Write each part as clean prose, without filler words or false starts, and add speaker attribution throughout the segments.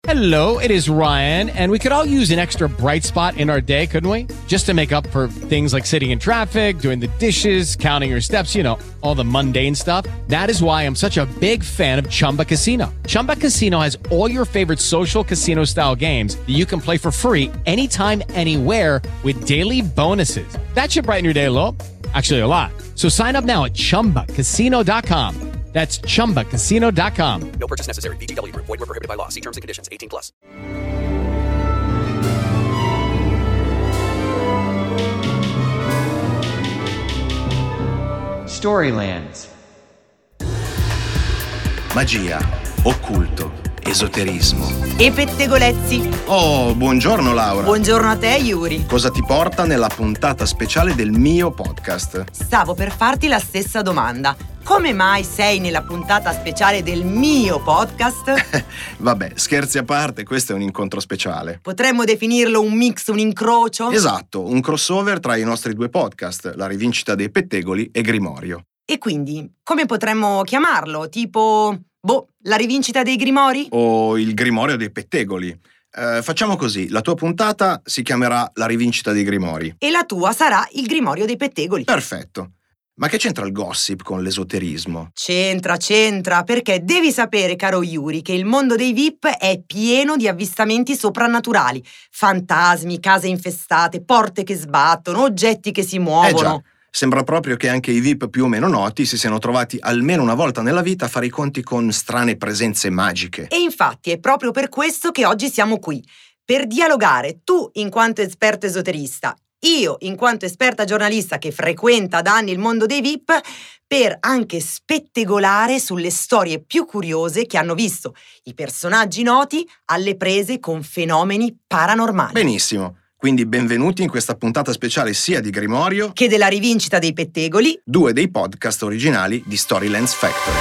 Speaker 1: Hello, it is Ryan, and we could all use an extra bright spot in our day, couldn't we? Just to make up for things like sitting in traffic, doing the dishes, counting your steps, you know, all the mundane stuff. That is why I'm such a big fan of Chumba Casino. Chumba Casino has all your favorite social casino-style games that you can play for free anytime, anywhere with daily bonuses. That should brighten your day a little. Actually, a lot. So sign up now at ChumbaCasino.com. That's ChumbaCasino.com.
Speaker 2: No purchase necessary. VGW Group. Void where prohibited by law. See terms and conditions. 18+.
Speaker 3: Storylands.
Speaker 4: Magia, occulto, esoterismo.
Speaker 5: E pettegolezzi.
Speaker 4: Oh, buongiorno Laura.
Speaker 5: Buongiorno a te, Yuri.
Speaker 4: Cosa ti porta nella puntata speciale del mio podcast?
Speaker 5: Stavo per farti la stessa domanda. Come mai sei nella puntata speciale del mio podcast?
Speaker 4: Vabbè, scherzi a parte, questo è un incontro speciale.
Speaker 5: Potremmo definirlo un mix, un incrocio?
Speaker 4: Esatto, un crossover tra i nostri due podcast, La rivincita dei pettegoli e Grimorio.
Speaker 5: E quindi, come potremmo chiamarlo? Tipo, la rivincita dei Grimori?
Speaker 4: O il Grimorio dei pettegoli. Facciamo così, la tua puntata si chiamerà La rivincita dei Grimori.
Speaker 5: E la tua sarà il Grimorio dei pettegoli.
Speaker 4: Perfetto. Ma che c'entra il gossip con l'esoterismo?
Speaker 5: C'entra, perché devi sapere, caro Yuri, che il mondo dei VIP è pieno di avvistamenti soprannaturali. Fantasmi, case infestate, porte che sbattono, oggetti che si muovono.
Speaker 4: Già, sembra proprio che anche i VIP più o meno noti si siano trovati almeno una volta nella vita a fare i conti con strane presenze magiche.
Speaker 5: E infatti è proprio per questo che oggi siamo qui, per dialogare, tu in quanto esperto esoterista, io, in quanto esperta giornalista che frequenta da anni il mondo dei VIP, per anche spettegolare sulle storie più curiose che hanno visto i personaggi noti alle prese con fenomeni paranormali.
Speaker 4: Benissimo, quindi benvenuti in questa puntata speciale sia di Grimorio
Speaker 5: che della rivincita dei pettegoli,
Speaker 4: due dei podcast originali di Storylands Factory.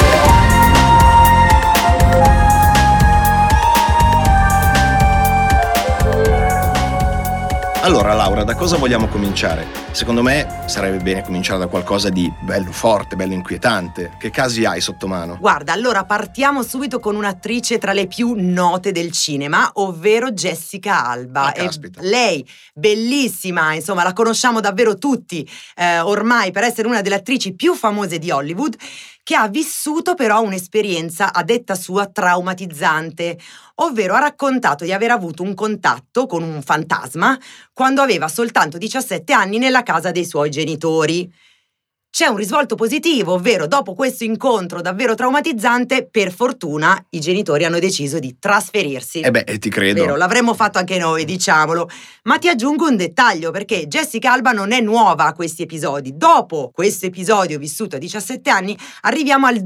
Speaker 4: Allora Laura, da cosa vogliamo cominciare? Secondo me sarebbe bene cominciare da qualcosa di bello forte, bello inquietante. Che casi hai sotto mano?
Speaker 5: Guarda, allora partiamo subito con un'attrice tra le più note del cinema, ovvero Jessica Alba.
Speaker 4: Caspita.
Speaker 5: Lei, bellissima, insomma, la conosciamo davvero tutti ormai per essere una delle attrici più famose di Hollywood, che ha vissuto però un'esperienza a detta sua traumatizzante, ovvero ha raccontato di aver avuto un contatto con un fantasma quando aveva soltanto 17 anni nella casa dei suoi genitori. C'è un risvolto positivo, ovvero dopo questo incontro davvero traumatizzante, per fortuna i genitori hanno deciso di trasferirsi.
Speaker 4: Ti credo.
Speaker 5: Vero, l'avremmo fatto anche noi, diciamolo. Ma ti aggiungo un dettaglio, perché Jessica Alba non è nuova a questi episodi. Dopo questo episodio vissuto a 17 anni, arriviamo al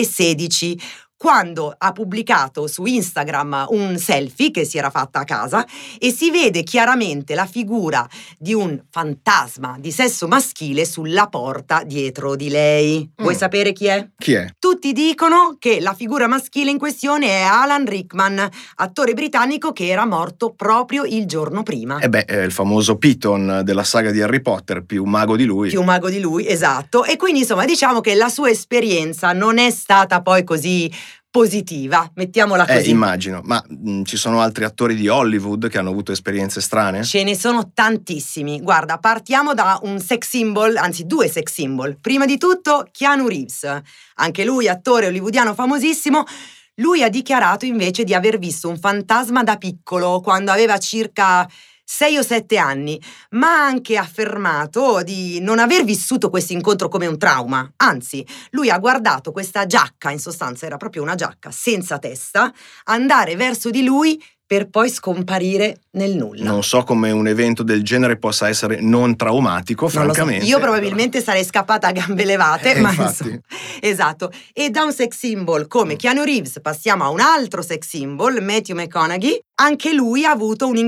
Speaker 5: 2016, quando ha pubblicato su Instagram un selfie che si era fatta a casa e si vede chiaramente la figura di un fantasma di sesso maschile sulla porta dietro di lei. Vuoi sapere chi è?
Speaker 4: Chi è?
Speaker 5: Tutti dicono che la figura maschile in questione è Alan Rickman, attore britannico che era morto proprio il giorno prima.
Speaker 4: È il famoso Piton della saga di Harry Potter, più mago di lui.
Speaker 5: Più mago di lui, esatto. E quindi insomma diciamo che la sua esperienza non è stata poi così positiva, mettiamola così.
Speaker 4: Immagino, ma ci sono altri attori di Hollywood che hanno avuto esperienze strane?
Speaker 5: Ce ne sono tantissimi. Guarda, partiamo da un sex symbol, anzi due sex symbol. Prima di tutto Keanu Reeves, anche lui attore hollywoodiano famosissimo. Lui ha dichiarato invece di aver visto un fantasma da piccolo, quando aveva circa 6 o 7 anni, ma ha anche affermato di non aver vissuto questo incontro come un trauma. Anzi, lui ha guardato questa giacca, in sostanza era proprio una giacca senza testa, andare verso di lui per poi scomparire nel nulla.
Speaker 4: Non so come un evento del genere possa essere non traumatico, francamente.
Speaker 5: Io probabilmente sarei scappata a gambe levate, ma
Speaker 4: infatti.
Speaker 5: insomma, esatto. E da un sex symbol come Keanu Reeves passiamo a un altro sex symbol, Matthew McConaughey. Anche lui ha avuto un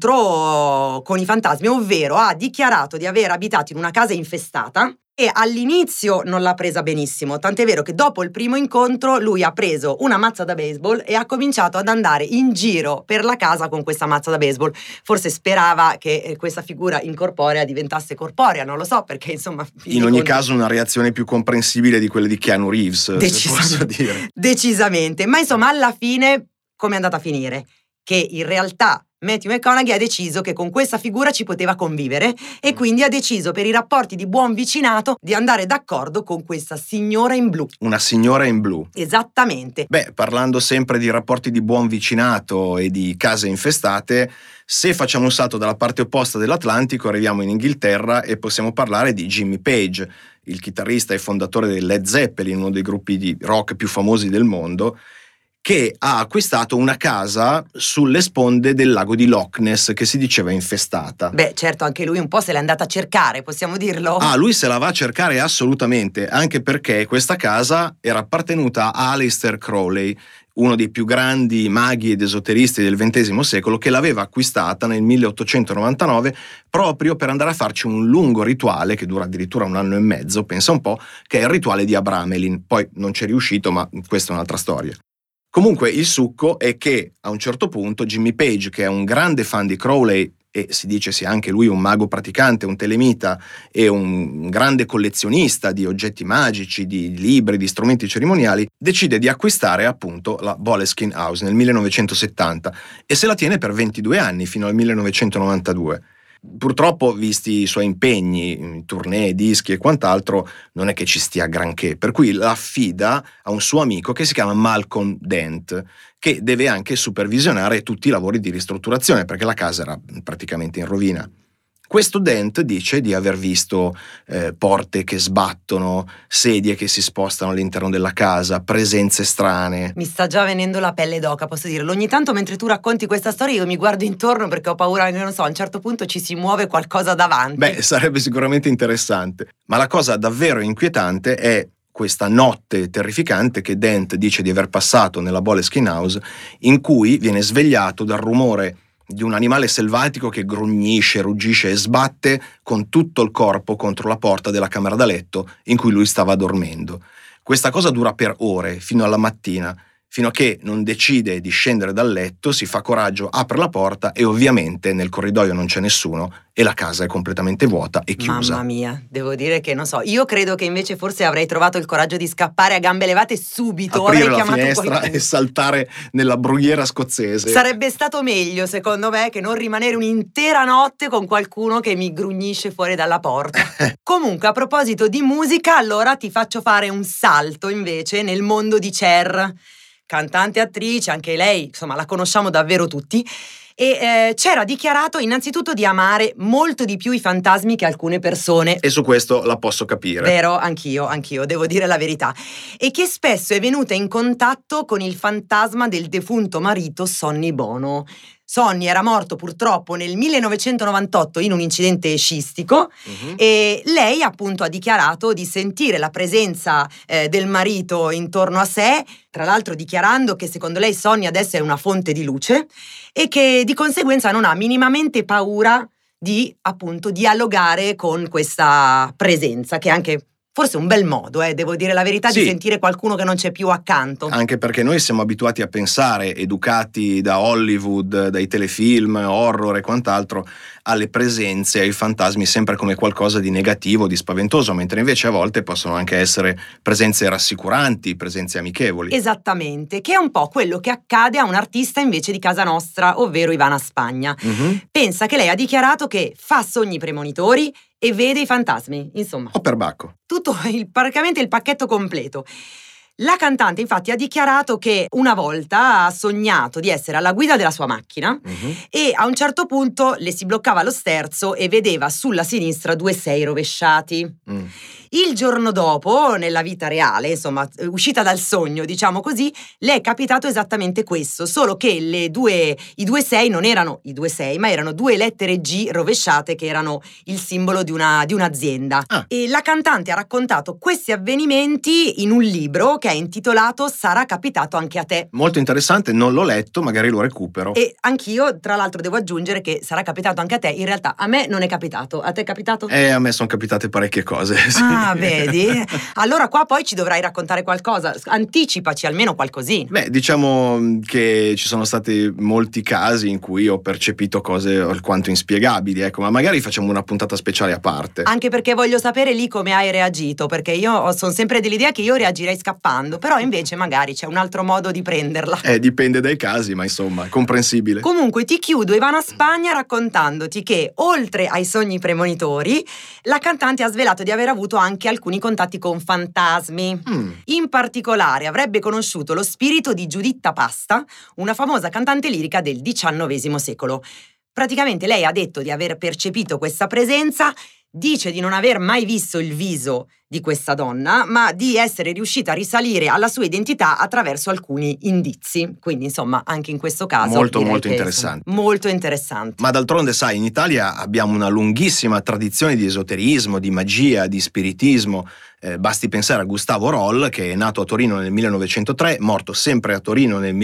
Speaker 5: incontro con i fantasmi, ovvero ha dichiarato di aver abitato in una casa infestata. E all'inizio non l'ha presa benissimo, tant'è vero che dopo il primo incontro lui ha preso una mazza da baseball e ha cominciato ad andare in giro per la casa con questa mazza da baseball. Forse sperava che questa figura incorporea diventasse corporea, non lo so, perché insomma...
Speaker 4: In ogni caso una reazione più comprensibile di quelle di Keanu Reeves, se posso dire.
Speaker 5: Decisamente, ma insomma alla fine... come è andata a finire? Che in realtà Matthew McConaughey ha deciso che con questa figura ci poteva convivere e quindi ha deciso per i rapporti di buon vicinato di andare d'accordo con questa signora in blu.
Speaker 4: Una signora in blu.
Speaker 5: Esattamente.
Speaker 4: Beh, parlando sempre di rapporti di buon vicinato e di case infestate, se facciamo un salto dalla parte opposta dell'Atlantico arriviamo in Inghilterra e possiamo parlare di Jimmy Page, il chitarrista e fondatore del Led Zeppelin, uno dei gruppi di rock più famosi del mondo, che ha acquistato una casa sulle sponde del lago di Loch Ness che si diceva infestata.
Speaker 5: Beh, certo, anche lui un po' se l'è andata a cercare, possiamo dirlo?
Speaker 4: Ah, lui se la va a cercare assolutamente, anche perché questa casa era appartenuta a Aleister Crowley, uno dei più grandi maghi ed esoteristi del XX secolo, che l'aveva acquistata nel 1899 proprio per andare a farci un lungo rituale che dura addirittura 1 anno e mezzo, pensa un po', che è il rituale di Abramelin. Poi non c'è riuscito, ma questa è un'altra storia. Comunque il succo è che a un certo punto Jimmy Page, che è un grande fan di Crowley e si dice sia anche lui un mago praticante, un telemita e un grande collezionista di oggetti magici, di libri, di strumenti cerimoniali, decide di acquistare appunto la Boleskine House nel 1970 e se la tiene per 22 anni fino al 1992. Purtroppo, visti i suoi impegni, tournée, dischi e quant'altro, non è che ci stia granché, per cui la affida a un suo amico che si chiama Malcolm Dent, che deve anche supervisionare tutti i lavori di ristrutturazione, perché la casa era praticamente in rovina. Questo Dent dice di aver visto porte che sbattono, sedie che si spostano all'interno della casa, presenze strane.
Speaker 5: Mi sta già venendo la pelle d'oca, posso dirlo. Ogni tanto mentre tu racconti questa storia io mi guardo intorno perché ho paura che, non so, a un certo punto ci si muove qualcosa davanti.
Speaker 4: Beh, sarebbe sicuramente interessante. Ma la cosa davvero inquietante è questa notte terrificante che Dent dice di aver passato nella Boleskine House, in cui viene svegliato dal rumore di un animale selvatico che grugnisce, ruggisce e sbatte con tutto il corpo contro la porta della camera da letto in cui lui stava dormendo. Questa cosa dura per ore, fino alla mattina, fino a che non decide di scendere dal letto, si fa coraggio, apre la porta e ovviamente nel corridoio non c'è nessuno e la casa è completamente vuota e chiusa.
Speaker 5: Mamma mia, devo dire che non so, io credo che invece forse avrei trovato il coraggio di scappare a gambe levate subito,
Speaker 4: aprire
Speaker 5: avrei
Speaker 4: la
Speaker 5: chiamato
Speaker 4: finestra
Speaker 5: qualcuno.
Speaker 4: e saltare nella brughiera scozzese.
Speaker 5: Sarebbe stato meglio, secondo me, che non rimanere un'intera notte con qualcuno che mi grugnisce fuori dalla porta. Comunque, a proposito di musica, allora ti faccio fare un salto invece nel mondo di Cher. Cantante, attrice, anche lei, insomma, la conosciamo davvero tutti. E Cher ha dichiarato innanzitutto di amare molto di più i fantasmi che alcune persone.
Speaker 4: E su questo la posso capire.
Speaker 5: Vero, anch'io, devo dire la verità. E che spesso è venuta in contatto con il fantasma del defunto marito Sonny Bono. Sonny era morto purtroppo nel 1998 in un incidente scistico e lei appunto ha dichiarato di sentire la presenza del marito intorno a sé, tra l'altro dichiarando che secondo lei Sonny adesso è una fonte di luce e che di conseguenza non ha minimamente paura di appunto dialogare con questa presenza, che è anche forse un bel modo, devo dire la verità,
Speaker 4: sì,
Speaker 5: di sentire qualcuno che non c'è più accanto.
Speaker 4: Anche perché noi siamo abituati a pensare, educati da Hollywood, dai telefilm, horror e quant'altro, alle presenze, ai fantasmi sempre come qualcosa di negativo, di spaventoso, mentre invece a volte possono anche essere presenze rassicuranti, presenze amichevoli.
Speaker 5: Esattamente, che è un po' quello che accade a un artista invece di casa nostra, ovvero Ivana Spagna. Pensa che lei ha dichiarato che fa sogni premonitori e vede i fantasmi, insomma.
Speaker 4: O per Bacco.
Speaker 5: Tutto praticamente il pacchetto completo. La cantante infatti ha dichiarato che una volta ha sognato di essere alla guida della sua macchina e a un certo punto le si bloccava lo sterzo e vedeva sulla sinistra 2 6 rovesciati. Il giorno dopo, nella vita reale, insomma, uscita dal sogno, diciamo così, le è capitato esattamente questo, solo che i 2 6 non erano i 2 6, ma erano 2 lettere G rovesciate che erano il simbolo di un'azienda. E la cantante ha raccontato questi avvenimenti in un libro che è intitolato Sarà capitato anche a te.
Speaker 4: Molto interessante, non l'ho letto, magari lo recupero.
Speaker 5: E anch'io, tra l'altro, devo aggiungere che sarà capitato anche a te. In realtà a me non è capitato. A te è capitato?
Speaker 4: A me sono capitate parecchie cose, sì.
Speaker 5: Ah, vedi? Allora qua poi ci dovrai raccontare qualcosa, anticipaci almeno qualcosina.
Speaker 4: Beh, diciamo che ci sono stati molti casi in cui ho percepito cose alquanto inspiegabili, ecco, ma magari facciamo una puntata speciale a parte.
Speaker 5: Anche perché voglio sapere lì come hai reagito, perché io sono sempre dell'idea che io reagirei scappando, però invece magari c'è un altro modo di prenderla.
Speaker 4: Dipende dai casi, ma insomma, è comprensibile.
Speaker 5: Comunque ti chiudo Ivana Spagna raccontandoti che, oltre ai sogni premonitori, la cantante ha svelato di aver avuto anche alcuni contatti con fantasmi. In particolare avrebbe conosciuto lo spirito di Giuditta Pasta, una famosa cantante lirica del XIX secolo. Praticamente lei ha detto di aver percepito questa presenza, dice di non aver mai visto il viso di questa donna, ma di essere riuscita a risalire alla sua identità attraverso alcuni indizi. Quindi, insomma, anche in questo caso
Speaker 4: molto
Speaker 5: direi
Speaker 4: molto
Speaker 5: che,
Speaker 4: interessante.
Speaker 5: insomma, molto interessante.
Speaker 4: Ma d'altronde, sai, in Italia abbiamo una lunghissima tradizione di esoterismo, di magia, di spiritismo. Basti pensare a Gustavo Roll, che è nato a Torino nel 1903, morto sempre a Torino nel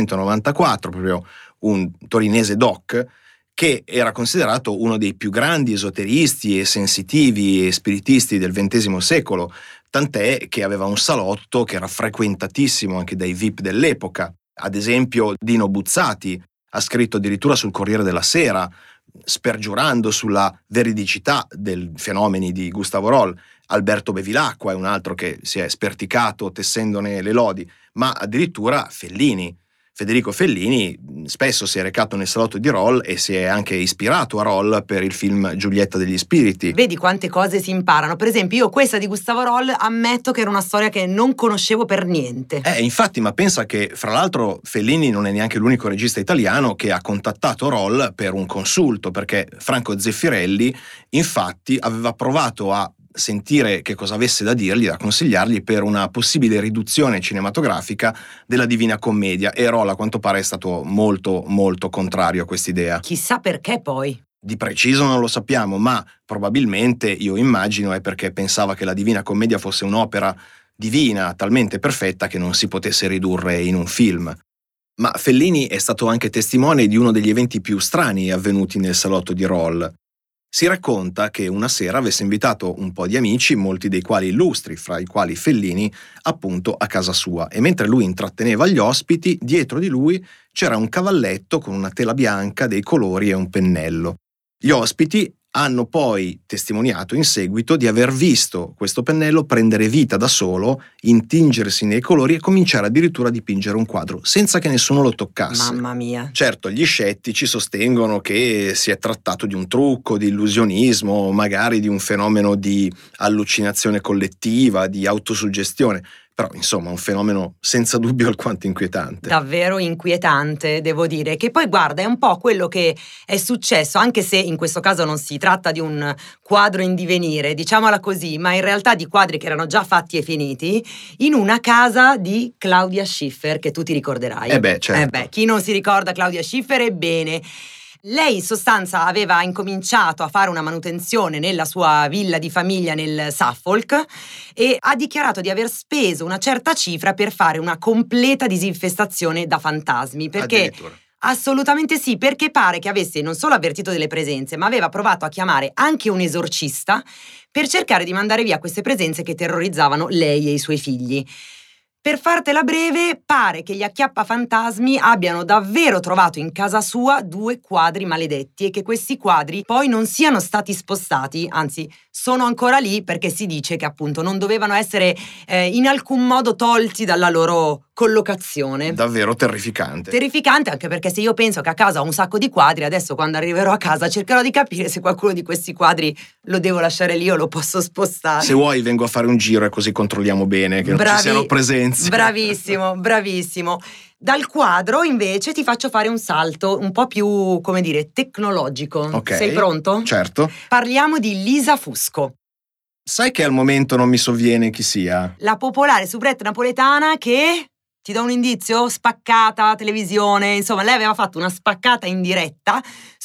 Speaker 4: 1994, proprio un torinese doc, che era considerato uno dei più grandi esoteristi e sensitivi e spiritisti del XX secolo, tant'è che aveva un salotto che era frequentatissimo anche dai VIP dell'epoca. Ad esempio Dino Buzzati ha scritto addirittura sul Corriere della Sera, spergiurando sulla veridicità dei fenomeni di Gustavo Roll. Alberto Bevilacqua è un altro che si è sperticato tessendone le lodi, ma addirittura Fellini. Federico Fellini spesso si è recato nel salotto di Roll e si è anche ispirato a Roll per il film Giulietta degli Spiriti.
Speaker 5: Vedi quante cose si imparano. Per esempio, io questa di Gustavo Roll ammetto che era una storia che non conoscevo per niente.
Speaker 4: Infatti, ma pensa che, fra l'altro, Fellini non è neanche l'unico regista italiano che ha contattato Roll per un consulto, perché Franco Zeffirelli, infatti, aveva provato a sentire che cosa avesse da dirgli, da consigliargli per una possibile riduzione cinematografica della Divina Commedia, e Roll a quanto pare è stato molto molto contrario a quest'idea.
Speaker 5: Chissà perché poi.
Speaker 4: Di preciso non lo sappiamo, ma probabilmente, io immagino, è perché pensava che la Divina Commedia fosse un'opera divina talmente perfetta che non si potesse ridurre in un film. Ma Fellini è stato anche testimone di uno degli eventi più strani avvenuti nel salotto di Roll. Si racconta che una sera avesse invitato un po' di amici, molti dei quali illustri, fra i quali Fellini, appunto a casa sua, e mentre lui intratteneva gli ospiti, dietro di lui c'era un cavalletto con una tela bianca, dei colori e un pennello. Gli ospiti hanno poi testimoniato in seguito di aver visto questo pennello prendere vita da solo, intingersi nei colori e cominciare addirittura a dipingere un quadro senza che nessuno lo toccasse.
Speaker 5: Mamma mia.
Speaker 4: Certo, gli scettici sostengono che si è trattato di un trucco, di illusionismo, magari di un fenomeno di allucinazione collettiva, di autosuggestione. Però, insomma, un fenomeno senza dubbio alquanto inquietante.
Speaker 5: Davvero inquietante, devo dire. Che poi, guarda, è un po' quello che è successo, anche se in questo caso non si tratta di un quadro in divenire, diciamola così, ma in realtà di quadri che erano già fatti e finiti, in una casa di Claudia Schiffer, che tu ti ricorderai.
Speaker 4: Certo.
Speaker 5: Chi non si ricorda Claudia Schiffer, ebbene. Lei in sostanza aveva incominciato a fare una manutenzione nella sua villa di famiglia nel Suffolk e ha dichiarato di aver speso una certa cifra per fare una completa disinfestazione da fantasmi, perché assolutamente sì, perché pare che avesse non solo avvertito delle presenze, ma aveva provato a chiamare anche un esorcista per cercare di mandare via queste presenze che terrorizzavano lei e i suoi figli. Per fartela breve, pare che gli acchiappafantasmi abbiano davvero trovato in casa sua 2 quadri maledetti e che questi quadri poi non siano stati spostati, anzi sono ancora lì perché si dice che appunto non dovevano essere in alcun modo tolti dalla loro collocazione.
Speaker 4: Davvero terrificante.
Speaker 5: Terrificante, anche perché se io penso che a casa ho un sacco di quadri, adesso quando arriverò a casa cercherò di capire se qualcuno di questi quadri lo devo lasciare lì o lo posso spostare.
Speaker 4: Se vuoi vengo a fare un giro e così controlliamo bene che non ci siano presenze.
Speaker 5: Bravissimo, bravissimo. Dal quadro invece ti faccio fare un salto un po' più, come dire, tecnologico.
Speaker 4: Ok.
Speaker 5: Sei pronto?
Speaker 4: Certo.
Speaker 5: Parliamo di Lisa Fusco.
Speaker 4: Sai che al momento non mi sovviene chi sia?
Speaker 5: La popolare soubrette napoletana che... Ti do un indizio? Spaccata, televisione, insomma lei aveva fatto una spaccata in diretta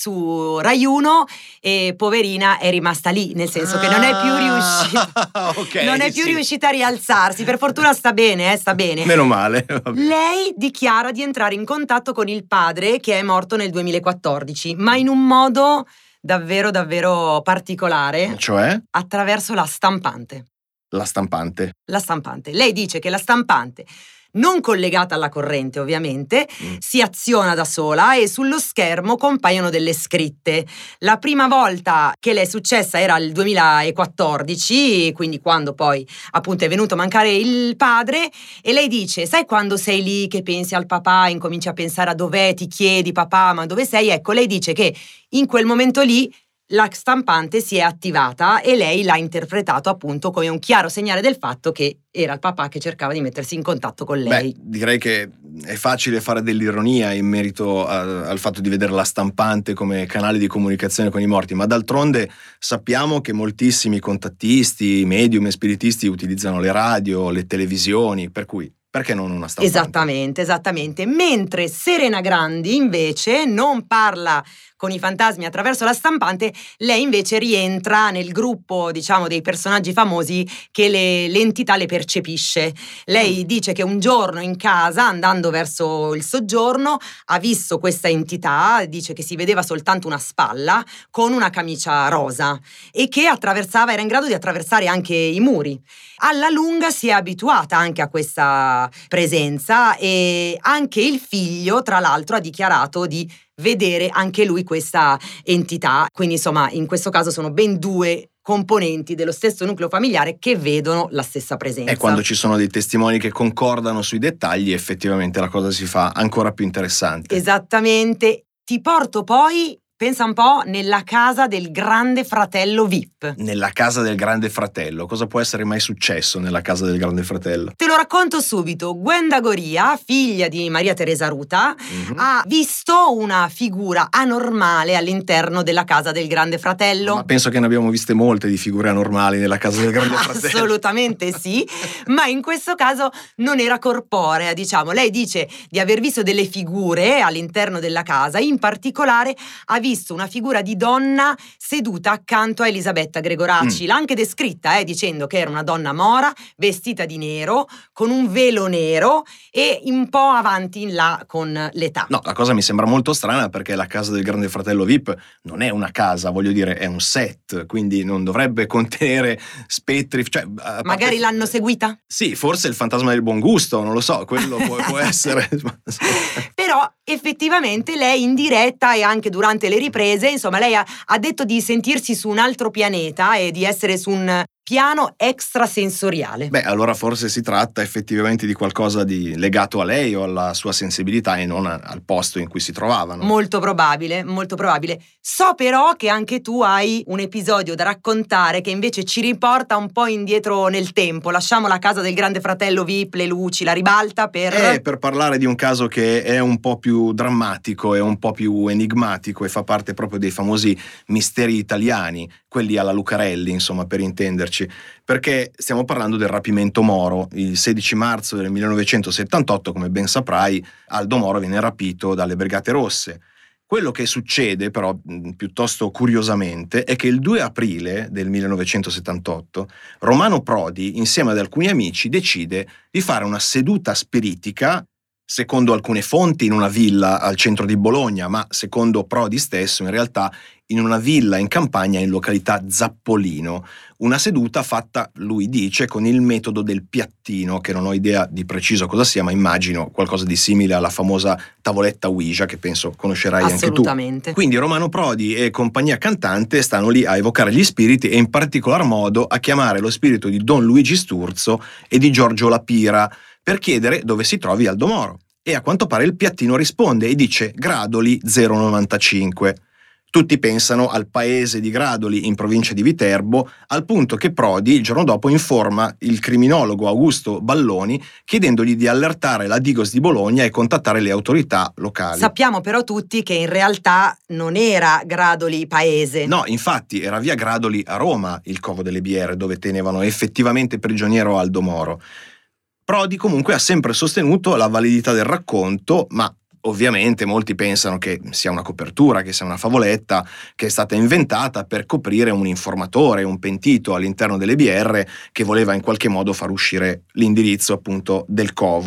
Speaker 5: su Rai 1 e poverina è rimasta lì, nel senso che non è più riuscita riuscita a rialzarsi. Per fortuna sta bene, sta bene.
Speaker 4: Meno male.
Speaker 5: Lei dichiara di entrare in contatto con il padre che è morto nel 2014, ma in un modo davvero davvero particolare.
Speaker 4: Cioè?
Speaker 5: Attraverso la stampante.
Speaker 4: La stampante.
Speaker 5: La stampante. Lei dice che la stampante, non collegata alla corrente ovviamente, si aziona da sola e sullo schermo compaiono delle scritte. La prima volta che le è successa era il 2014, quindi quando poi appunto è venuto a mancare il padre, e lei dice: sai quando sei lì che pensi al papà, incominci a pensare a dov'è, ti chiedi papà ma dove sei? Ecco, lei dice che in quel momento lì la stampante si è attivata e lei l'ha interpretato appunto come un chiaro segnale del fatto che era il papà che cercava di mettersi in contatto con lei.
Speaker 4: Beh, direi che è facile fare dell'ironia in merito al fatto di vedere la stampante come canale di comunicazione con i morti, ma d'altronde sappiamo che moltissimi contattisti, medium e spiritisti utilizzano le radio, le televisioni, per cui perché non una stampante?
Speaker 5: Esattamente. Mentre Serena Grandi invece non parla con i fantasmi attraverso la stampante, lei invece rientra nel gruppo, diciamo, dei personaggi famosi che l'entità le percepisce. Lei dice che un giorno in casa, andando verso il soggiorno, ha visto questa entità, dice che si vedeva soltanto una spalla con una camicia rosa e che era in grado di attraversare anche i muri. Alla lunga si è abituata anche a questa presenza e anche il figlio, tra l'altro, ha dichiarato di vedere anche lui questa entità. Quindi insomma, in questo caso sono ben due componenti dello stesso nucleo familiare che vedono la stessa presenza.
Speaker 4: E quando ci sono dei testimoni che concordano sui dettagli, effettivamente la cosa si fa ancora più interessante.
Speaker 5: Esattamente. Ti porto poi, pensa un po', nella casa del grande fratello VIP.
Speaker 4: Nella casa del grande fratello. Cosa può essere mai successo nella casa del grande fratello?
Speaker 5: Te lo racconto subito. Gwenda Goria, figlia di Maria Teresa Ruta, ha visto una figura anormale all'interno della casa del grande fratello.
Speaker 4: Ma penso che ne abbiamo viste molte di figure anormali nella casa del grande fratello.
Speaker 5: Assolutamente sì, ma in questo caso non era corporea, diciamo. Lei dice di aver visto delle figure all'interno della casa, in particolare ha visto una figura di donna seduta accanto a Elisabetta Gregoracci. L'ha anche descritta, dicendo che era una donna mora, vestita di nero, con un velo nero e un po' avanti in là con l'età.
Speaker 4: No, la cosa mi sembra molto strana perché la casa del grande fratello VIP non è una casa, voglio dire, è un set, quindi non dovrebbe contenere spettri. Cioè,
Speaker 5: magari l'hanno seguita?
Speaker 4: Sì, forse il fantasma del buon gusto, non lo so, quello può essere.
Speaker 5: Però effettivamente lei in diretta e anche durante le riprese, insomma, lei ha detto di sentirsi su un altro pianeta e di essere su un piano extrasensoriale.
Speaker 4: Beh, allora forse si tratta effettivamente di qualcosa di legato a lei o alla sua sensibilità e non al posto in cui si trovavano.
Speaker 5: Molto probabile, molto probabile. So però che anche tu hai un episodio da raccontare che invece ci riporta un po' indietro nel tempo. Lasciamo la casa del grande fratello VIP, le luci, la ribalta per
Speaker 4: parlare di un caso che è un po' più drammatico e un po' più enigmatico e fa parte proprio dei famosi misteri italiani, quelli alla Lucarelli, insomma, per intenderci. Perché stiamo parlando del rapimento Moro. Il 16 marzo del 1978, come ben saprai, Aldo Moro viene rapito dalle Brigate Rosse. Quello che succede però, piuttosto curiosamente, è che il 2 aprile del 1978 Romano Prodi, insieme ad alcuni amici, decide di fare una seduta spiritica, secondo alcune fonti in una villa al centro di Bologna, ma secondo Prodi stesso in realtà in una villa in campagna in località Zappolino. Una seduta fatta, lui dice, con il metodo del piattino, che non ho idea di preciso cosa sia, ma immagino qualcosa di simile alla famosa tavoletta Ouija, che penso conoscerai anche tu.
Speaker 5: Assolutamente.
Speaker 4: Quindi Romano Prodi e compagnia cantante stanno lì a evocare gli spiriti e in particolar modo a chiamare lo spirito di Don Luigi Sturzo e di Giorgio Lapira per chiedere dove si trovi Aldo Moro. E a quanto pare il piattino risponde e dice Gradoli 095. Tutti pensano al paese di Gradoli in provincia di Viterbo, al punto che Prodi il giorno dopo informa il criminologo Augusto Balloni chiedendogli di allertare la Digos di Bologna e contattare le autorità locali.
Speaker 5: Sappiamo però tutti che in realtà non era Gradoli paese.
Speaker 4: No, infatti era via Gradoli a Roma il Covo delle Biere, dove tenevano effettivamente prigioniero Aldo Moro. Prodi comunque ha sempre sostenuto la validità del racconto, ma ovviamente molti pensano che sia una copertura, che sia una favoletta che è stata inventata per coprire un informatore, un pentito all'interno delle BR che voleva in qualche modo far uscire l'indirizzo appunto del covo.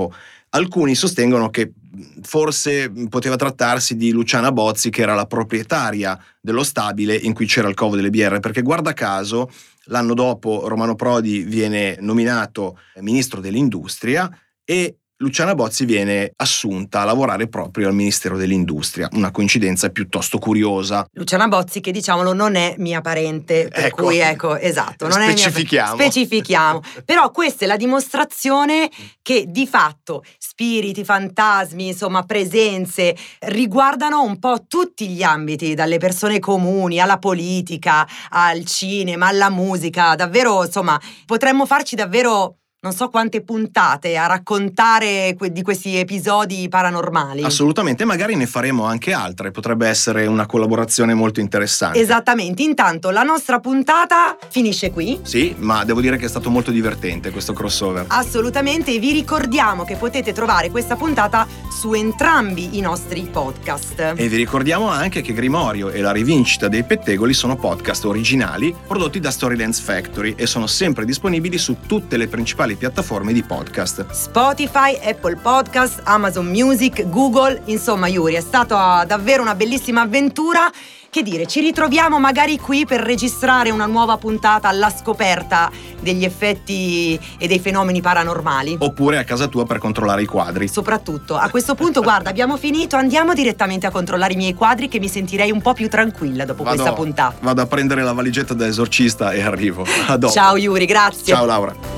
Speaker 4: Alcuni sostengono che forse poteva trattarsi di Luciana Bozzi, che era la proprietaria dello stabile in cui c'era il covo delle BR, perché guarda caso l'anno dopo Romano Prodi viene nominato ministro dell'Industria e Luciana Bozzi viene assunta a lavorare proprio al Ministero dell'Industria. Una coincidenza piuttosto curiosa.
Speaker 5: Luciana Bozzi, che diciamolo non è mia parente, per cui esatto, non
Speaker 4: specifichiamo.
Speaker 5: è mia specifichiamo. Però questa è la dimostrazione che di fatto spiriti, fantasmi, insomma presenze riguardano un po' tutti gli ambiti, dalle persone comuni alla politica, al cinema, alla musica. Davvero, insomma, potremmo farci davvero non so quante puntate a raccontare di questi episodi paranormali.
Speaker 4: Assolutamente, magari ne faremo anche altre, potrebbe essere una collaborazione molto interessante.
Speaker 5: Esattamente, intanto la nostra puntata finisce qui.
Speaker 4: Sì, ma devo dire che è stato molto divertente questo crossover.
Speaker 5: Assolutamente, e vi ricordiamo che potete trovare questa puntata su entrambi i nostri podcast.
Speaker 4: E vi ricordiamo anche che Grimorio e la rivincita dei pettegoli sono podcast originali prodotti da Storylands Factory e sono sempre disponibili su tutte le principali piattaforme di podcast:
Speaker 5: Spotify, Apple Podcast, Amazon Music, Google. Insomma, Yuri, è stata davvero una bellissima avventura. Che dire, ci ritroviamo magari qui per registrare una nuova puntata alla scoperta degli effetti e dei fenomeni paranormali.
Speaker 4: Oppure a casa tua per controllare i quadri.
Speaker 5: Soprattutto, a questo punto, guarda, abbiamo finito, andiamo direttamente a controllare i miei quadri, che mi sentirei un po' più tranquilla dopo questa puntata.
Speaker 4: Vado a prendere la valigetta da esorcista e arrivo. A dopo.
Speaker 5: Ciao Yuri, grazie.
Speaker 4: Ciao Laura.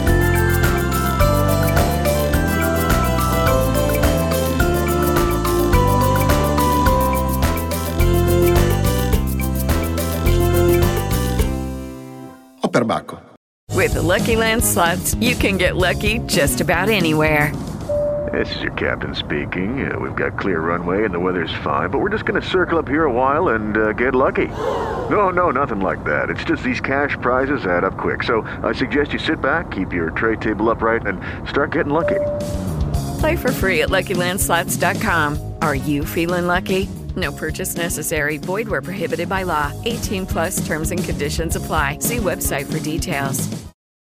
Speaker 4: Perbacco.
Speaker 3: With the Lucky Land Slots, you can get lucky just about anywhere.
Speaker 6: This is your captain speaking. We've got clear runway and the weather's fine, but we're just going to circle up here a while and get lucky. No, nothing like that. It's just these cash prizes add up quick. So I suggest you sit back, keep your tray table upright, and start getting lucky.
Speaker 3: Play for free at LuckyLandSlots.com. Are you feeling lucky? No purchase necessary. Void where prohibited by law. 18+ terms and conditions apply. See website for details.